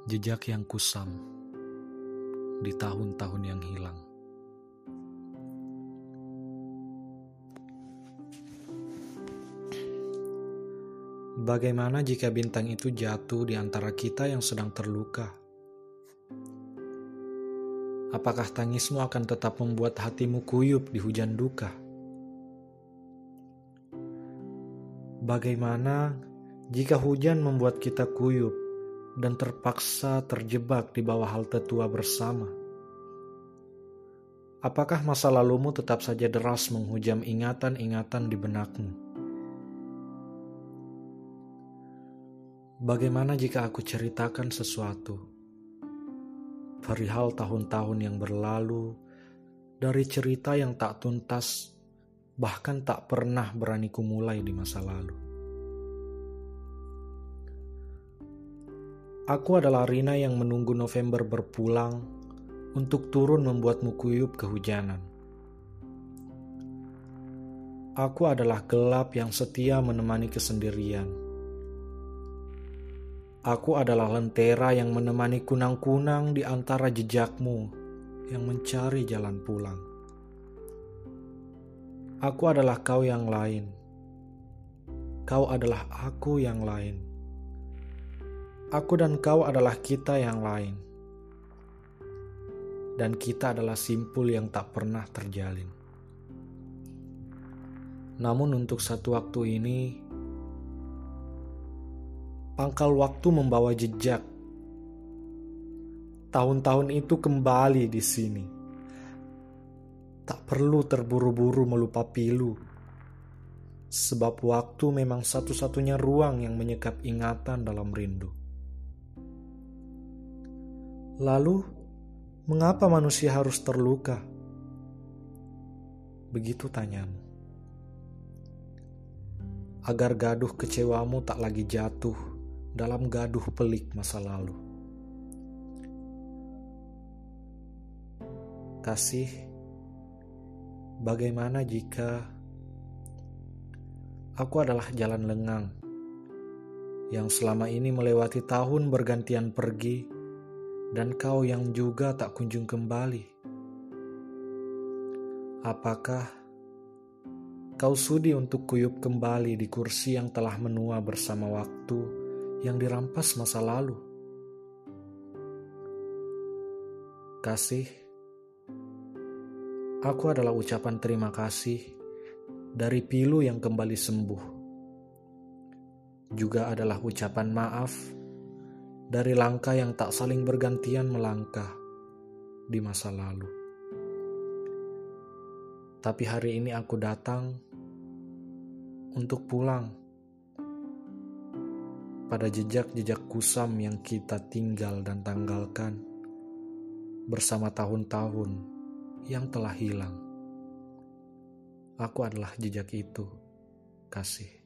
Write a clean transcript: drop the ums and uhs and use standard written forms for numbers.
Jejak yang kusam di tahun-tahun yang hilang. Bagaimana jika bintang itu jatuh di antara kita yang sedang terluka? Apakah tangismu akan tetap membuat hatimu kuyup di hujan duka? Bagaimana jika hujan membuat kita kuyup dan terpaksa terjebak di bawah halte tua bersama? Apakah masa lalumu tetap saja deras menghujam ingatan-ingatan di benakmu? Bagaimana jika aku ceritakan sesuatu perihal tahun-tahun yang berlalu, dari cerita yang tak tuntas, bahkan tak pernah berani kumulai di masa lalu? Aku adalah Rina yang menunggu November berpulang untuk turun membuatmu kuyup kehujanan. Aku adalah gelap yang setia menemani kesendirian. Aku adalah lentera yang menemani kunang-kunang di antara jejakmu yang mencari jalan pulang. Aku adalah kau yang lain. Kau adalah aku yang lain. Aku dan kau adalah kita yang lain. Dan kita adalah simpul yang tak pernah terjalin. Namun untuk satu waktu ini, pangkal waktu membawa jejak. Tahun-tahun itu kembali di sini. Tak perlu terburu-buru melupa pilu. Sebab waktu memang satu-satunya ruang yang menyekap ingatan dalam rindu. Lalu, mengapa manusia harus terluka? Begitu tanyamu. Agar gaduh kecewamu tak lagi jatuh dalam gaduh pelik masa lalu. Kasih, bagaimana jika aku adalah jalan lengang yang selama ini melewati tahun bergantian pergi, dan kau yang juga tak kunjung kembali? Apakah kau sudi untuk kuyup kembali di kursi yang telah menua bersama waktu yang dirampas masa lalu? Kasih, aku adalah ucapan terima kasih dari pilu yang kembali sembuh. Juga adalah ucapan maaf dari langkah yang tak saling bergantian melangkah di masa lalu. Tapi hari ini aku datang untuk pulang pada jejak-jejak kusam yang kita tinggal dan tanggalkan bersama tahun-tahun yang telah hilang. Aku adalah jejak itu, kasih.